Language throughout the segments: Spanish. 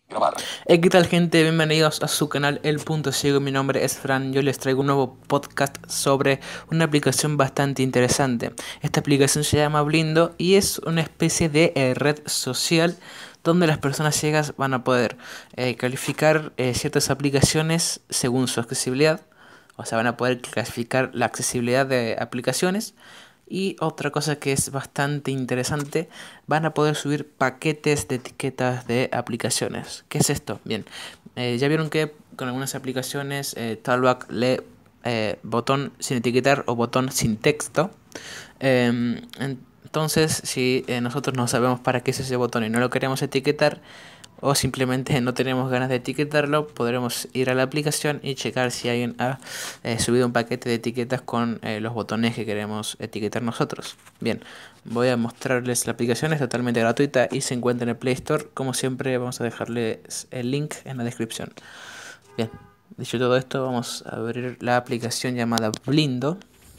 Grabar. ¿Qué tal, gente? Bienvenidos a su canal El Punto Ciego. Mi nombre es Fran. Yo les traigo un nuevo podcast sobre una aplicación bastante interesante. Esta aplicación se llama Blindo y es una especie de red social donde las personas ciegas van a poder calificar ciertas aplicaciones según su accesibilidad. O sea, van a poder clasificar la accesibilidad de aplicaciones. Y otra cosa que es bastante interesante, van a poder subir paquetes de etiquetas de aplicaciones. ¿Qué es esto? Bien, ya vieron que con algunas aplicaciones Talkback lee botón sin etiquetar o botón sin texto. Entonces, si nosotros no sabemos para qué es ese botón y no lo queremos etiquetar, o simplemente no tenemos ganas de etiquetarlo, podremos ir a la aplicación y checar si alguien ha subido un paquete de etiquetas con los botones que queremos etiquetar nosotros. Bien, voy a mostrarles la aplicación, es totalmente gratuita y se encuentra en el Play Store. Como siempre, vamos a dejarles el link en la descripción. Bien, dicho todo esto, vamos a abrir la aplicación llamada Blindo.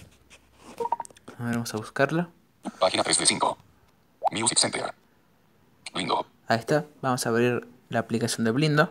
A ver, vamos a buscarla. Página 3 de 5. Music Center. Blindo. Ahí está, vamos a abrir la aplicación de Blindo.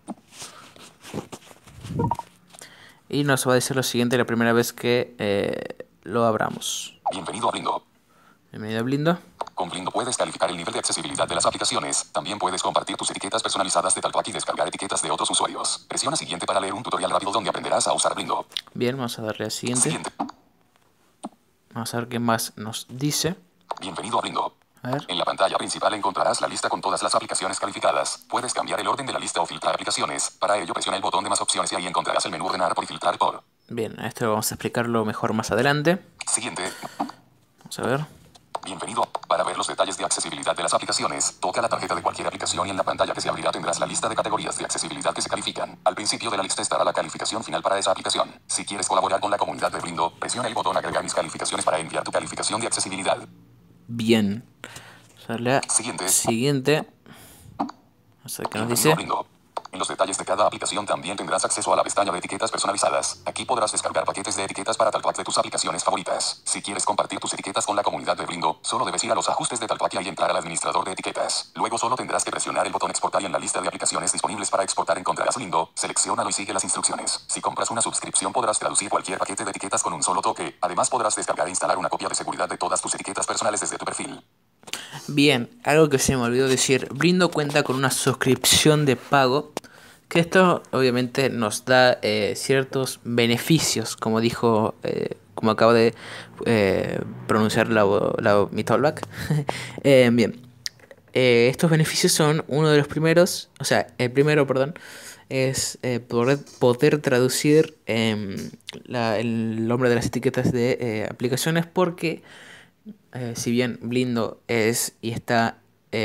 Y nos va a decir lo siguiente la primera vez que lo abramos. Bienvenido a Blindo. Bienvenido a Blindo. Con Blindo puedes calificar el nivel de accesibilidad de las aplicaciones. También puedes compartir tus etiquetas personalizadas de Talkback y descargar etiquetas de otros usuarios. Presiona siguiente para leer un tutorial rápido donde aprenderás a usar Blindo. Bien, vamos a darle a siguiente. Vamos a ver qué más nos dice. Bienvenido a Blindo. A ver. En la pantalla principal encontrarás la lista con todas las aplicaciones calificadas. Puedes cambiar el orden de la lista o filtrar aplicaciones. Para ello presiona el botón de más opciones y ahí encontrarás el menú ordenar por y filtrar por. Bien, a esto vamos a explicarlo mejor más adelante. Siguiente. Vamos a ver. Bienvenido. Para ver los detalles de accesibilidad de las aplicaciones, toca la tarjeta de cualquier aplicación y en la pantalla que se abrirá tendrás la lista de categorías de accesibilidad que se califican. Al principio de la lista estará la calificación final para esa aplicación. Si quieres colaborar con la comunidad de Blindo, presiona el botón agregar mis calificaciones para enviar tu calificación de accesibilidad. Bien. Vamos a darle a siguiente. Vamos a ver qué nos dice. Blindo. En los detalles de cada aplicación también tendrás acceso a la pestaña de etiquetas personalizadas. Aquí podrás descargar paquetes de etiquetas para Talkback de tus aplicaciones favoritas. Si quieres compartir tus etiquetas con la comunidad de Blindo, solo debes ir a los ajustes de Talkback y entrar al administrador de etiquetas. Luego solo tendrás que presionar el botón exportar y en la lista de aplicaciones disponibles para exportar encontrarás Blindo. Selecciónalo y sigue las instrucciones. Si compras una suscripción podrás traducir cualquier paquete de etiquetas con un solo toque. Además podrás descargar e instalar una copia de seguridad de todas tus etiquetas personales desde tu perfil. Bien, algo que se me olvidó decir. Blindo cuenta con una suscripción de pago. Que esto obviamente nos da ciertos beneficios, como dijo, como acabo de pronunciar mi Talkback. Bien, estos beneficios son uno de los primeros, o sea, el primero, perdón, es poder traducir el nombre de las etiquetas de aplicaciones, porque si bien Blindo es y está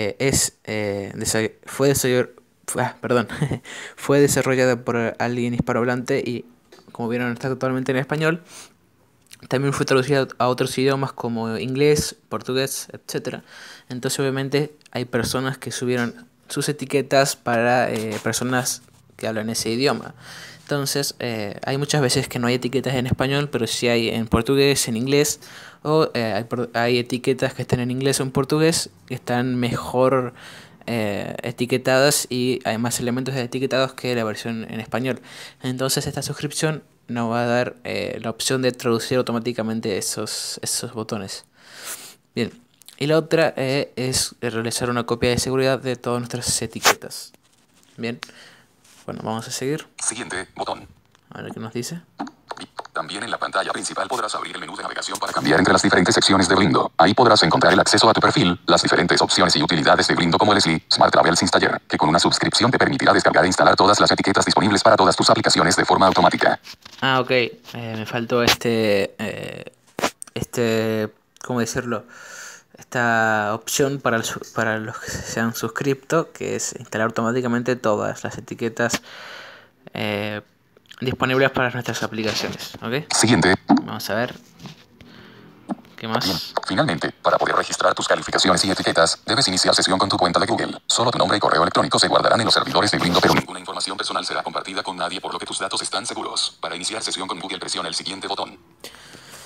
fue desarrollada por alguien hispanohablante y, como vieron, está totalmente en español. También fue traducida a otros idiomas como inglés, portugués, etc. Entonces, obviamente, hay personas que subieron sus etiquetas para personas que hablan ese idioma. Entonces, hay muchas veces que no hay etiquetas en español, pero sí hay en portugués, en inglés, o hay etiquetas que están en inglés o en portugués que están mejor etiquetadas y hay más elementos etiquetados que la versión en español. Entonces esta suscripción nos va a dar la opción de traducir automáticamente esos botones. Bien, y la otra es realizar una copia de seguridad de todas nuestras etiquetas. Bien, bueno, vamos a seguir. Siguiente botón. A ver qué nos dice. También en la pantalla principal podrás abrir el menú de navegación para cambiar entre las diferentes secciones de Blindo. Ahí podrás encontrar el acceso a tu perfil, las diferentes opciones y utilidades de Blindo como Leslie Smart Travels Installer, que con una suscripción te permitirá descargar e instalar todas las etiquetas disponibles para todas tus aplicaciones de forma automática. Ah, ok. Me faltó ¿cómo decirlo? Esta opción para los que se han suscrito, que es instalar automáticamente todas las etiquetas disponibles para nuestras aplicaciones. ¿Ok? Siguiente. Vamos a ver. ¿Qué más? Bien. Finalmente, para poder registrar tus calificaciones y etiquetas, debes iniciar sesión con tu cuenta de Google. Solo tu nombre y correo electrónico se guardarán en los servidores de Blindo, pero ninguna información personal será compartida con nadie, por lo que tus datos están seguros. Para iniciar sesión con Google, presiona el siguiente botón.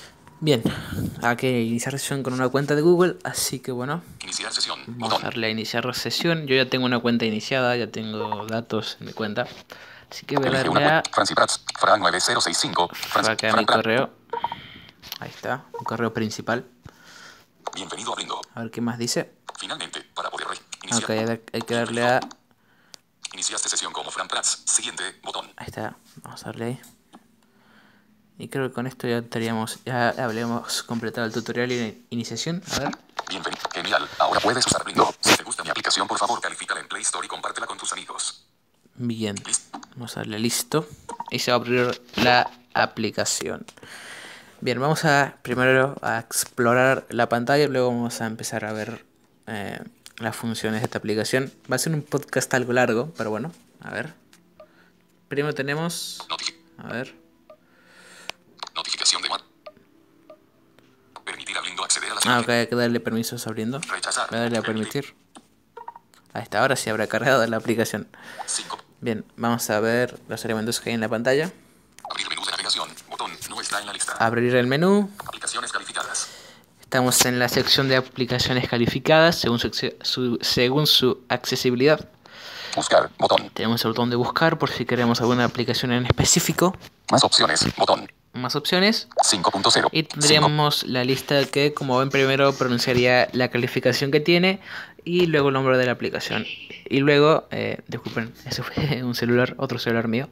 Bien, hay que iniciar sesión con una cuenta de Google, así que bueno, Iniciar sesión. vamos a Botón. darle a iniciar sesión. Yo ya tengo una cuenta iniciada, ya tengo datos en mi cuenta. Así que voy a Elige una darle a cuenta. Franci Prats. Fran 9065. acá a mi correo. Ahí está, un correo principal. Bienvenido a Blindo. A ver qué más dice. Finalmente, para poder Ok, hay que darle a... Iniciaste sesión como Fran Prats. Siguiente, botón. Ahí está, vamos a darle ahí. Y creo que con esto ya estaríamos, ya habremos completado el tutorial y la iniciación. A ver. Bienvenido. Genial. Ahora puedes usar Blindo. Si te gusta mi aplicación, por favor, califícala en Play Store y compártela con tus amigos. Bien, Listo. vamos a darle listo. Y se va a abrir la aplicación. Bien, vamos a primero a explorar la pantalla y luego vamos a empezar a ver las funciones de esta aplicación. Va a ser un podcast algo largo, pero bueno, a ver. Primero tenemos... A ver. Notificación de permitir a Blindo acceder a la Ok, hay que darle permisos abriendo. Rechazar. Voy a darle a permitir. Ahí está, ahora sí habrá cargado la aplicación. 5. Bien, vamos a ver los elementos que hay en la pantalla. Abrir menú de navegación. Botón no está en la lista. Abrir el menú. Aplicaciones calificadas. Estamos en la sección de aplicaciones calificadas según su accesibilidad. Buscar. Botón. Tenemos el botón de buscar por si queremos alguna aplicación en específico. Más opciones. Botón. Más opciones. 5.0. Y tendríamos la lista que, como ven, primero pronunciaría la calificación que tiene y luego el nombre de la aplicación. Y luego, disculpen, eso fue un celular, otro celular mío.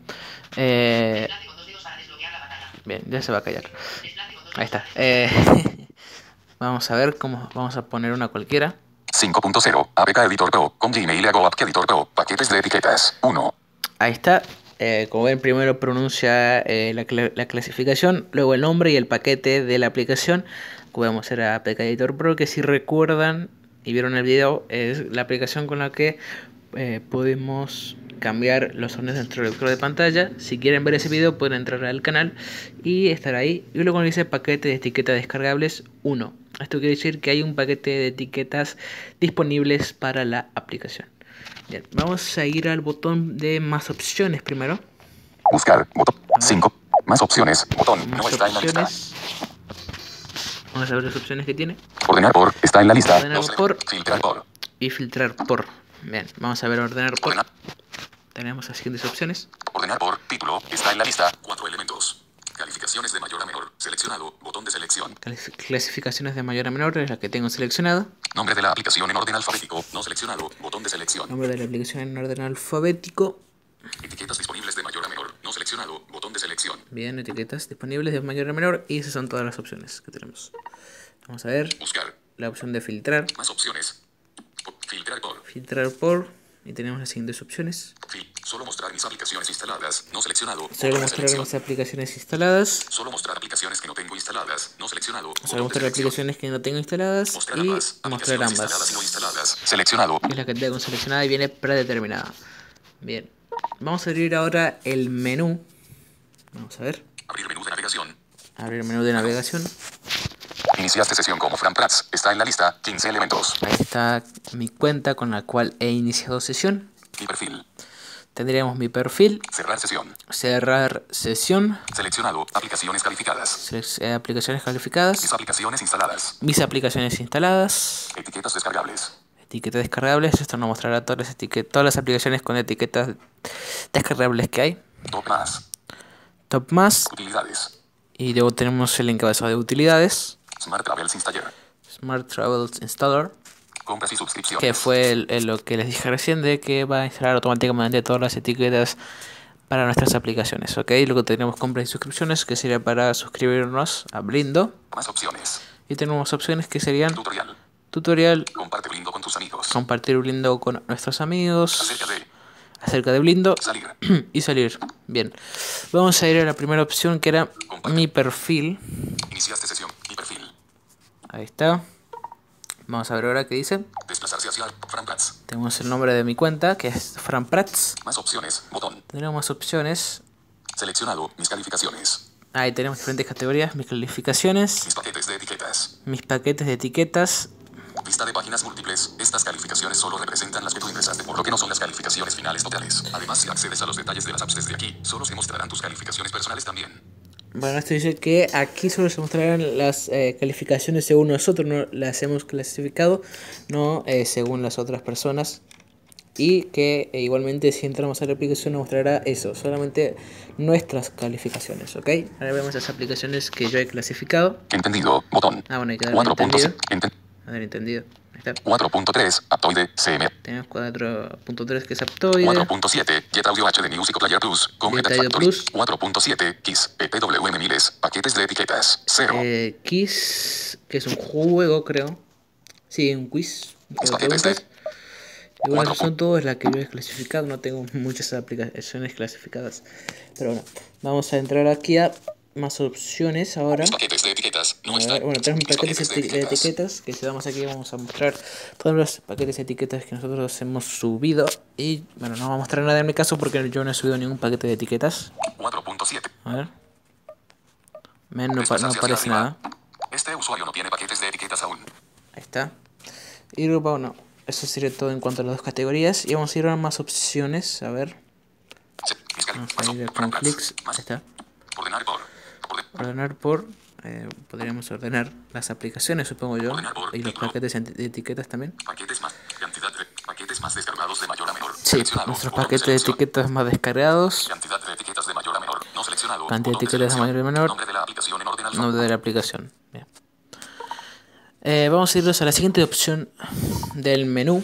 Bien, ya se va a callar. Ahí está. Vamos a ver cómo vamos a poner una cualquiera. 5.0. APK Editor Pro. Con Gmail hago App Editor Pro. Paquetes de etiquetas. 1. Ahí está. Como ven, primero pronuncia la clasificación, luego el nombre y el paquete de la aplicación. Vamos a hacer a APK Editor Pro, que si recuerdan y vieron el video, es la aplicación con la que podemos cambiar los sonidos de nuestro lector de pantalla. Si quieren ver ese video pueden entrar al canal y estar ahí. Y luego dice paquete de etiquetas descargables 1. Esto quiere decir que hay un paquete de etiquetas disponibles para la aplicación. Bien, vamos a ir al botón de más opciones primero. Buscar. Botón. 5. Más opciones. Botón. Más No está en la lista. opciones. Vamos a ver las opciones que tiene. Ordenar por. Está en la lista. Ordenar por. Filtrar por. Y filtrar por. Bien, vamos a ver ordenar por. Ordenar. Tenemos las siguientes opciones. Ordenar por. Título. Está en la lista. 4 elementos. Calificaciones de mayor a menor. Seleccionado. Botón de selección. Clasificaciones de mayor a menor es la que tengo seleccionado. Nombre de la aplicación en orden alfabético. No seleccionado. Botón de selección. Nombre de la aplicación en orden alfabético. Etiquetas disponibles de mayor a menor. No seleccionado. Botón de selección. Bien, etiquetas disponibles de mayor a menor. Y esas son todas las opciones que tenemos. Vamos a ver. Buscar. La opción de filtrar. Más opciones. Filtrar por. Filtrar por. Y tenemos las siguientes opciones. Solo mostrar mis aplicaciones instaladas. No seleccionado. Solo mostrar mis aplicaciones instaladas. Solo mostrar aplicaciones que no tengo instaladas. No seleccionado. Solo mostrar aplicaciones que no tengo instaladas. Mostrar Y ambas. mostrar ambas. Instaladas y no instaladas. Seleccionado. Que es la que tengo seleccionada y viene predeterminada. Bien. Vamos a abrir ahora el menú. Vamos a ver. Abrir menú de navegación. Abrir el menú de navegación. Iniciaste sesión como Fran Prats. Está en la lista. 15 elementos. Ahí está mi cuenta con la cual he iniciado sesión. Mi perfil. Tendríamos mi perfil. Cerrar sesión. Cerrar sesión. Seleccionado. Aplicaciones calificadas. Aplicaciones calificadas. Mis aplicaciones instaladas. Mis aplicaciones instaladas. Etiquetas descargables. Etiquetas descargables. Esto nos mostrará todas las aplicaciones con etiquetas descargables que hay. Top más. Top más. Utilidades. Y luego tenemos el encabezado de utilidades. Smart Travels Installer. Smart Travels Installer. Compras y suscripciones. Que fue lo que les dije recién de que va a instalar automáticamente todas las etiquetas para nuestras aplicaciones. Ok, luego tenemos compras y suscripciones que sería para suscribirnos a Blindo. Más opciones. Y tenemos opciones que serían Tutorial. tutorial, Comparte Blindo con tus amigos. compartir Blindo con nuestros amigos, Acerca de Blindo salir. y salir. Bien, vamos a ir a la primera opción que era mi perfil. Iniciaste sesión. Mi perfil. Ahí está. Vamos a ver ahora qué dice. Desplazarse hacia Fran Prats. Tenemos el nombre de mi cuenta, que es Fran Prats. Más opciones. Botón. Tenemos más opciones. Seleccionado. Mis calificaciones. Ahí tenemos diferentes categorías, mis calificaciones, Mis paquetes de etiquetas. mis paquetes de etiquetas. Lista de páginas múltiples. Estas calificaciones solo representan las que tú ingresaste, por lo que no son las calificaciones finales totales. Además, si accedes a los detalles de las apps desde aquí, solo se mostrarán tus calificaciones personales también. Bueno, esto dice que aquí solo se mostrarán las calificaciones según nosotros no las hemos clasificado, no según las otras personas. Y que igualmente si entramos a la aplicación nos mostrará eso, solamente nuestras calificaciones, ¿ok? Ahora vemos las aplicaciones que yo he clasificado. Entendido. Botón. Ah, bueno, hay que darle entendido. A ver, entendido. Ahí está. 4.3, Aptoide, CM. Tenemos 4.3 que es Aptoide. 4.7, Jet Audio HD Music Player Plus, con Jet Jet Audio Factory. Plus. 4.7, KISS, EPWM Miles, paquetes de etiquetas, 0. Kiss, que es un juego, creo. Sí, un quiz. Un juego de Paquetes de preguntas. Y bueno, son todas las que yo he clasificado. No tengo muchas aplicaciones clasificadas. Pero bueno, vamos a entrar aquí a más opciones ahora. paquetes de etiquetas. No A está. ver, bueno, tenemos paquetes de de etiquetas. Que si damos aquí vamos a mostrar todos los paquetes de etiquetas que nosotros hemos subido. Y bueno, no vamos a mostrar nada en mi caso porque yo no he subido ningún paquete de etiquetas. 4.7. A ver. No aparece nada. Este usuario no tiene paquetes de etiquetas aún. Ahí está. Y grupo 1. Eso sería todo en cuanto a las dos categorías. Y vamos a ir a más opciones. A ver. Vamos a ir con clics. Ahí está. Ordenar por. Podríamos ordenar las aplicaciones, supongo yo. Y los paquetes de etiquetas también. Paquetes más. Cantidad de paquetes más descargados de mayor a menor. Sí, nuestros paquetes de etiquetas más descargados. Cantidad de etiquetas de mayor a menor. No seleccionado. Cantidad de etiquetas de mayor a menor. Nombre de la aplicación en orden alfabético. Nombre de la aplicación. Bien. Vamos a irnos a la siguiente opción del menú.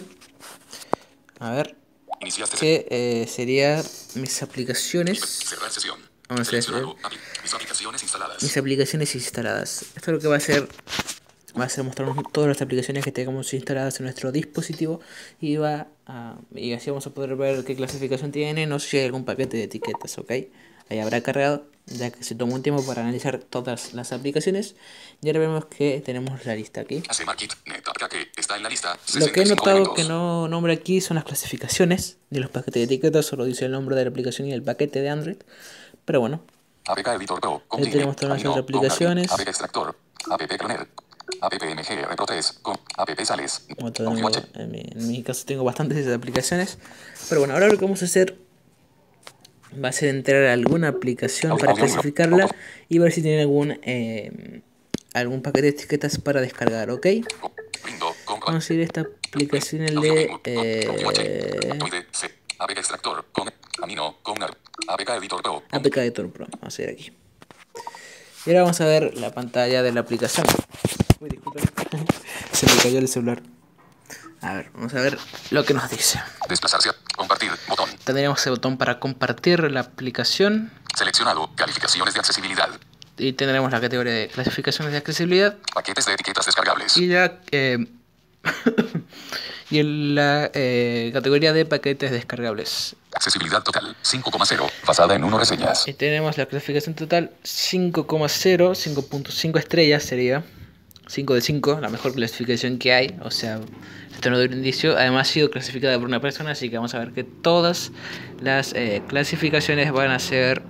A ver. Que sería mis aplicaciones. Cerrar sesión. Vamos a ver. Mis aplicaciones instaladas. Mis aplicaciones instaladas. Esto lo que va a hacer. Va a ser mostrarnos todas las aplicaciones que tengamos instaladas en nuestro dispositivo. Y y así vamos a poder ver qué clasificación tienen. O si hay algún paquete de etiquetas, ¿ok? Ahí habrá cargado, ya que se tomó un tiempo para analizar todas las aplicaciones. Y ahora vemos que tenemos la lista aquí. Está en la lista. Lo que he notado que no nombra aquí son las clasificaciones de los paquetes de etiquetas, solo dice el nombre de la aplicación y el paquete de Android. Pero bueno, ahí tenemos todas nuestras aplicaciones. APK Extractor, APP Cloner, APPMG Reprotes, APP Sales. En mi caso tengo bastantes aplicaciones. Pero bueno, ahora lo que vamos a hacer va a ser entrar a alguna aplicación para clasificarla y ver si tiene algún paquete de etiquetas para descargar, ¿ok? Vamos a ir a esta aplicación, el de APK Extractor, Amino, APK Editor Pro. APK Editor Pro, vamos a ir aquí. Y ahora vamos a ver la pantalla de la aplicación. Uy, disculpen. Se me cayó el celular. A ver, vamos a ver lo que nos dice. Desplazarse, compartir, botón. Tendríamos el botón para compartir la aplicación. Seleccionado, calificaciones de accesibilidad. Y tendremos la categoría de clasificaciones de accesibilidad. Paquetes de etiquetas descargables. Y ya y en la categoría de paquetes descargables. Accesibilidad total 5,0, basada en 1 reseñas. Y tenemos la clasificación total 5,0, 5.5 estrellas sería. 5 de 5, la mejor clasificación que hay. O sea, esto no da un indicio. Además ha sido clasificada por una persona, así que vamos a ver que todas las clasificaciones van a ser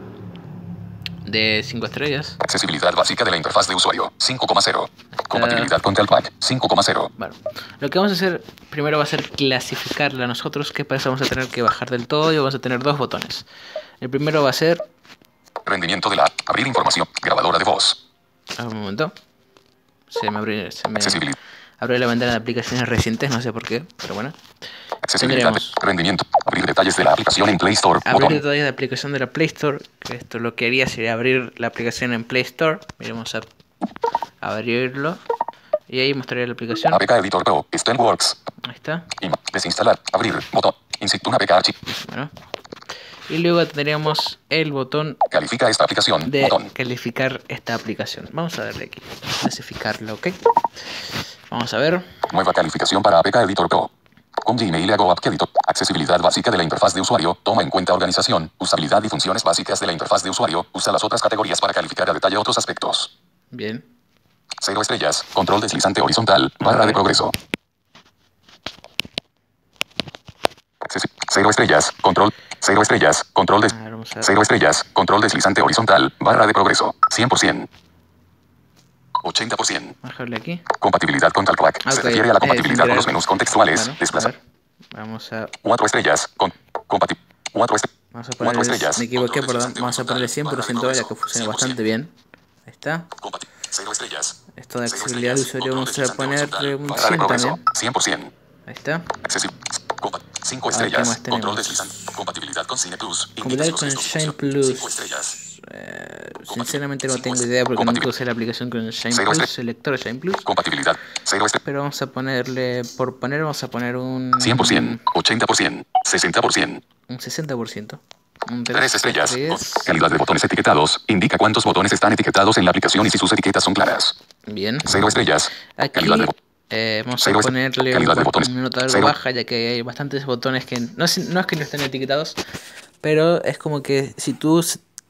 de 5 estrellas. Accesibilidad básica de la interfaz de usuario 5,0. Compatibilidad con Talkback 5,0. Bueno, lo que vamos a hacer primero va a ser clasificarla nosotros, que para eso vamos a tener que bajar del todo y vamos a tener dos botones. El primero va a ser rendimiento de la app, abrir información, grabadora de voz. A un momento. Se me abre la ventana de aplicaciones recientes, no sé por qué, pero bueno. Accesibilidad, rendimiento, abrir detalles de la aplicación en Play Store. Abrir detalles de la aplicación de la Play Store, que esto lo que haría sería abrir la aplicación en Play Store. Miremos a abrirlo. Y ahí mostraría la aplicación. APK Editor Pro, Works. Ahí está. Desinstalar, abrir, botón. Insert una APK archivo. Bueno. Y luego tendríamos el botón califica esta aplicación. De calificar esta aplicación. Vamos a darle aquí. Clasificarlo, ¿ok? Vamos a ver. Nueva calificación para APK Editor Pro. Con Gmail hago App Editor. Accesibilidad básica de la interfaz de usuario. Toma en cuenta organización, usabilidad y funciones básicas de la interfaz de usuario. Usa las otras categorías para calificar a detalle otros aspectos. Bien. 0 estrellas. Control deslizante horizontal. Barra de progreso. 0 estrellas. Control. 0 estrellas. Control de 0 estrellas. Control deslizante horizontal. Barra de progreso. 100%. 80%. Bajarle aquí. Compatibilidad con Talkback. Okay. Se refiere a la compatibilidad con los menús contextuales. Bueno, Desplaza. Vamos a 4 estrellas. 4 estrellas. Vamos a 4 ponerle, estrellas. me equivoqué, Control perdón. deslizante Vamos a ponerle horizontal, barra de 100% ya que progreso, funciona 100%. bastante bien. Ahí está. 0 estrellas. Esto de 0 accesibilidad de estrellas. usuario Control vamos a deslizante ponerle horizontal, un barra de 100 progreso, también. 100%. Ahí está. 5 A ver qué más estrellas. Control tenemos. deslizante. Compatibilidad con Cine Plus. Indica Compatibilidad si los con gestos de Shine función. 5 Plus. estrellas. Sinceramente no 5 tengo idea porque nunca compatibilidad. usé la aplicación con Shine 0 Plus, estrellas. el lector de Shine Plus. Compatibilidad. 0 estrellas. Pero vamos a ponerle, por poner, vamos a poner 100%. 80%. 60%. un 60%. Un 3 estrellas. estrellas. Calidad de botones etiquetados. Indica cuántos botones están etiquetados en la aplicación y si sus etiquetas son claras. Bien. 0 estrellas. Calidad Aquí de vamos a Cero ponerle calidad de botones. una nota algo Cero. baja, ya que hay bastantes botones que no es que no estén etiquetados, pero es como que si tú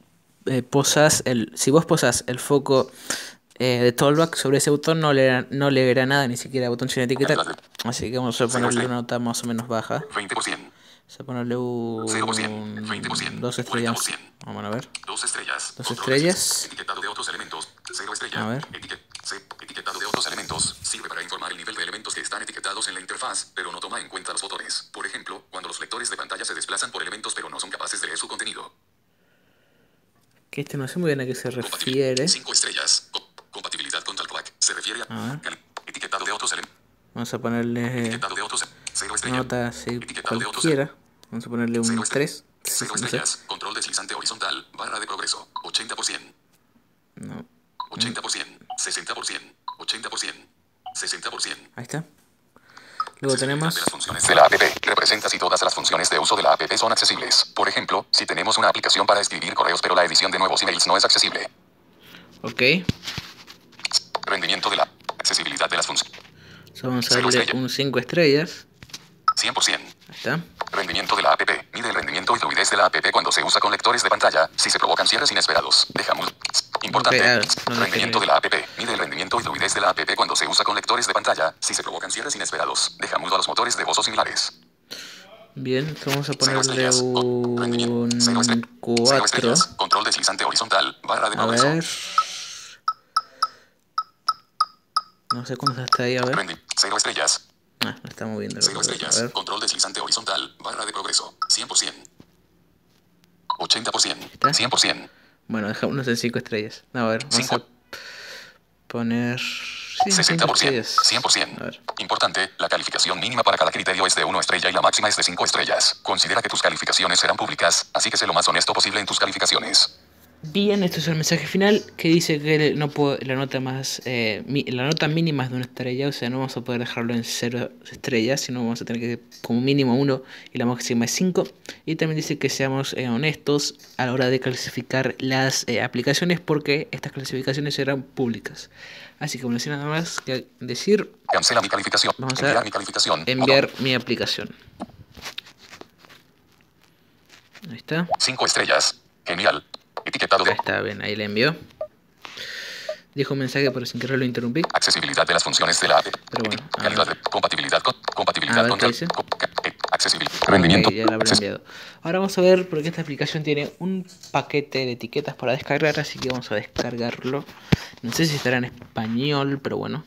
si vos posas el foco de Tollback sobre ese botón, no leerá nada, ni siquiera el botón sin etiquetar. Así que vamos a ponerle una nota más o menos baja. 20%. Vamos a ponerle 0%. 20%. 2 estrellas. 40%. Vamos a ver. 2 estrellas. 2 estrellas. Etiquetado de otros elementos. 0 estrellas. A ver. Etiquetado de otros elementos. Sirve para informar el nivel de elementos que están etiquetados en la interfaz, pero no toma en cuenta los botones. Por ejemplo, cuando los lectores de pantalla se desplazan por elementos pero no son capaces de leer su contenido. Que no sé muy bien a qué se refiere. 5 estrellas. Compatibilidad con TalkBack. Se refiere a etiquetado de otros elementos. Vamos a ponerle Etiquetado de otros. 0 estrellas. nota así Etiquetado de otros. cualquiera. Vamos a ponerle un 3. 0 No sé. estrellas. Control deslizante horizontal. Barra de progreso. 80%. No. 80%. 60%. 80%. 60%. Ahí está. Luego tenemos. De las funciones de la app representa si todas las funciones de uso de la app son accesibles. Por ejemplo, si tenemos una aplicación para escribir correos pero la edición de nuevos emails no es accesible. Ok. Rendimiento de la accesibilidad de las funciones. Vamos a darle un 5 estrellas. 100%. Ahí está. Rendimiento de la app. Mide el rendimiento y fluidez de la app cuando se usa con lectores de pantalla. Si se provocan cierres inesperados. Dejamos. Importante. Okay, Rendimiento de la app. Mide el rendimiento y fluidez de la app cuando se usa con lectores de pantalla. Si se provocan cierres inesperados. Deja mudo a los motores de voz o similares. Bien, vamos a ponerle un 4. Control deslizante horizontal. Barra de A progreso. ver. No sé cuánto está ahí, a ver. 0 estrellas. Ah, no está moviendo. 0 estrellas. A ver. Control deslizante horizontal. Barra de progreso. 100%. 80%. ¿Está? 100%. Bueno, dejamos en 5 estrellas. A ver, vamos a poner. Sí, 60%. 100%. A ver. Importante, la calificación mínima para cada criterio es de 1 estrella y la máxima es de 5 estrellas. Considera que tus calificaciones serán públicas, así que sé lo más honesto posible en tus calificaciones. Bien, esto es el mensaje final que dice que no puedo, la nota mínima es de una estrella, o sea, no vamos a poder dejarlo en 0 estrellas, sino vamos a tener que como mínimo 1 y la máxima es 5. Y también dice que seamos honestos a la hora de clasificar las aplicaciones porque estas clasificaciones serán públicas. Así que bueno, sin nada más que decir, Cancela mi calificación. Vamos a Enviar mi calificación. enviar mi aplicación. Ahí está. 5 estrellas. Genial. Etiquetado Ahí de está, bien, ahí le envió. Dijo un mensaje, pero sin querer lo interrumpí. accesibilidad de las funciones de la app. Pero bueno, a Calidad ver. de compatibilidad con A compatibilidad ver, con ¿qué dice? accesibilidad. Rendimiento. Ok, ya lo habré enviado. Ahora vamos a ver porque esta aplicación tiene un paquete de etiquetas para descargar, así que vamos a descargarlo. No sé si estará en español, pero bueno.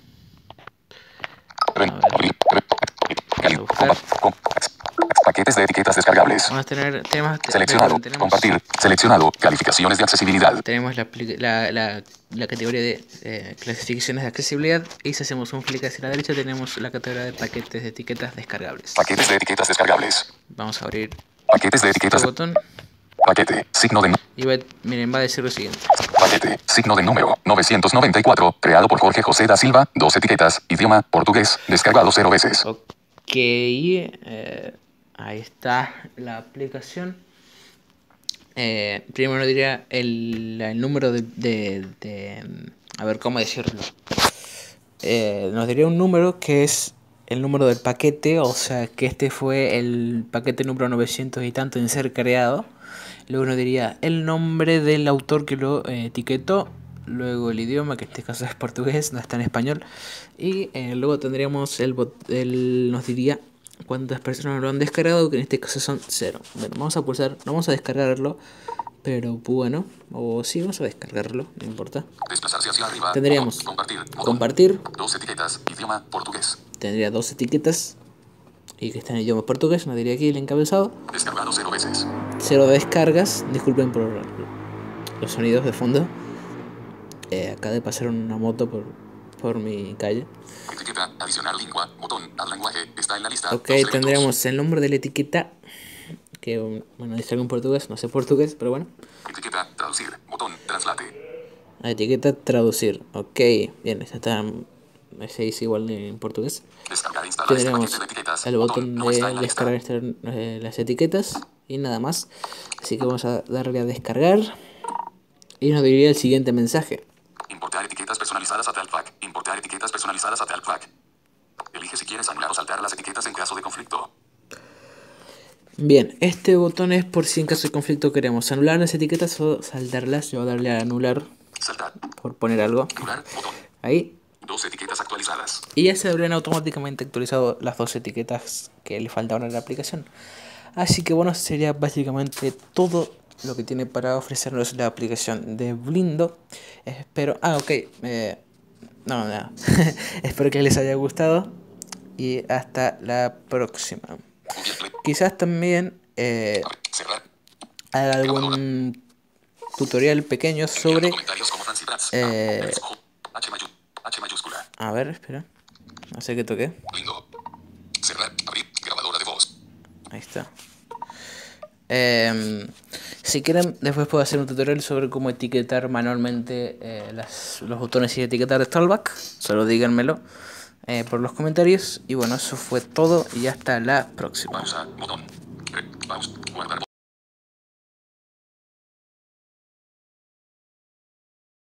Paquetes de etiquetas descargables. Vamos a tener temas. Seleccionado. Compartir. Seleccionado. Calificaciones de accesibilidad. Tenemos la categoría de clasificaciones de accesibilidad. Y si hacemos un clic hacia la derecha, tenemos la categoría de paquetes de etiquetas descargables. Paquetes de etiquetas descargables. Vamos a abrir Paquetes de etiquetas. este botón. Paquete. Signo de. Y miren, va a decir lo siguiente. Paquete. Signo de número 994. Creado por Jorge José da Silva. 2 etiquetas. Idioma portugués. Descargado 0 veces. Ok. Ahí está la aplicación. Primero diría el número a ver cómo decirlo. Nos diría un número que es el número del paquete, o sea que este fue el paquete número 900 y tanto en ser creado. Luego nos diría el nombre del autor que lo etiquetó. Luego el idioma, que en este caso es portugués, no está en español. Y luego tendríamos nos diría cuántas personas lo han descargado, que en este caso son 0. Bueno, vamos a pulsar, no vamos a descargarlo, pero bueno, o sí, vamos a descargarlo, no importa. Desplazarse hacia arriba. Tendríamos compartir. 2 2 etiquetas. Idioma portugués. Tendría 2 etiquetas. y que está en idioma portugués, nos diría aquí el encabezado. Descargado 0 veces. 0 descargas, disculpen por los sonidos de fondo. Acaba de pasar una moto por mi calle. Etiqueta, adicionar lengua, botón, al lenguaje, está en la lista. Ok, tendríamos el nombre de la etiqueta, que bueno, dice algo en portugués, no sé portugués, pero bueno. Etiqueta, traducir, botón, translate. La etiqueta, traducir, ok, bien, esta está, se dice igual en portugués. Descargar, instalar este Tendremos paquete de etiquetas, el botón no está de en la lista. descargar las etiquetas y nada más. Así que vamos a darle a descargar y nos diría el siguiente mensaje. Importar etiquetas personalizadas a TalkBack. Importar etiquetas personalizadas a TalkBack. Elige si quieres anular o saltar las etiquetas en caso de conflicto. Bien, este botón es por si en caso de conflicto queremos anular las etiquetas o saltarlas. Yo voy a darle a anular Saltar. por poner algo. Anular, botón. Ahí. 2 etiquetas actualizadas. Y ya se habrían automáticamente actualizado las 2 etiquetas que le faltaban a la aplicación. Así que bueno, sería básicamente todo lo que tiene para ofrecernos la aplicación de Blindo. Espero... ok. No, nada. Espero que les haya gustado. Y hasta la próxima. Quizás también Cerrar. haga algún tutorial pequeño sobre... Comentarios como Fancy Brats. H mayúscula. A ver, espera. No sé qué toqué. Blindo. Cerrar. Abrir. Grabadora de voz. Ahí está. Si quieren, después puedo hacer un tutorial sobre cómo etiquetar manualmente los botones y etiquetar de Talkback. Solo díganmelo por los comentarios. Y bueno, eso fue todo y hasta la próxima. Pausa. Botón. Pausa. Guardar.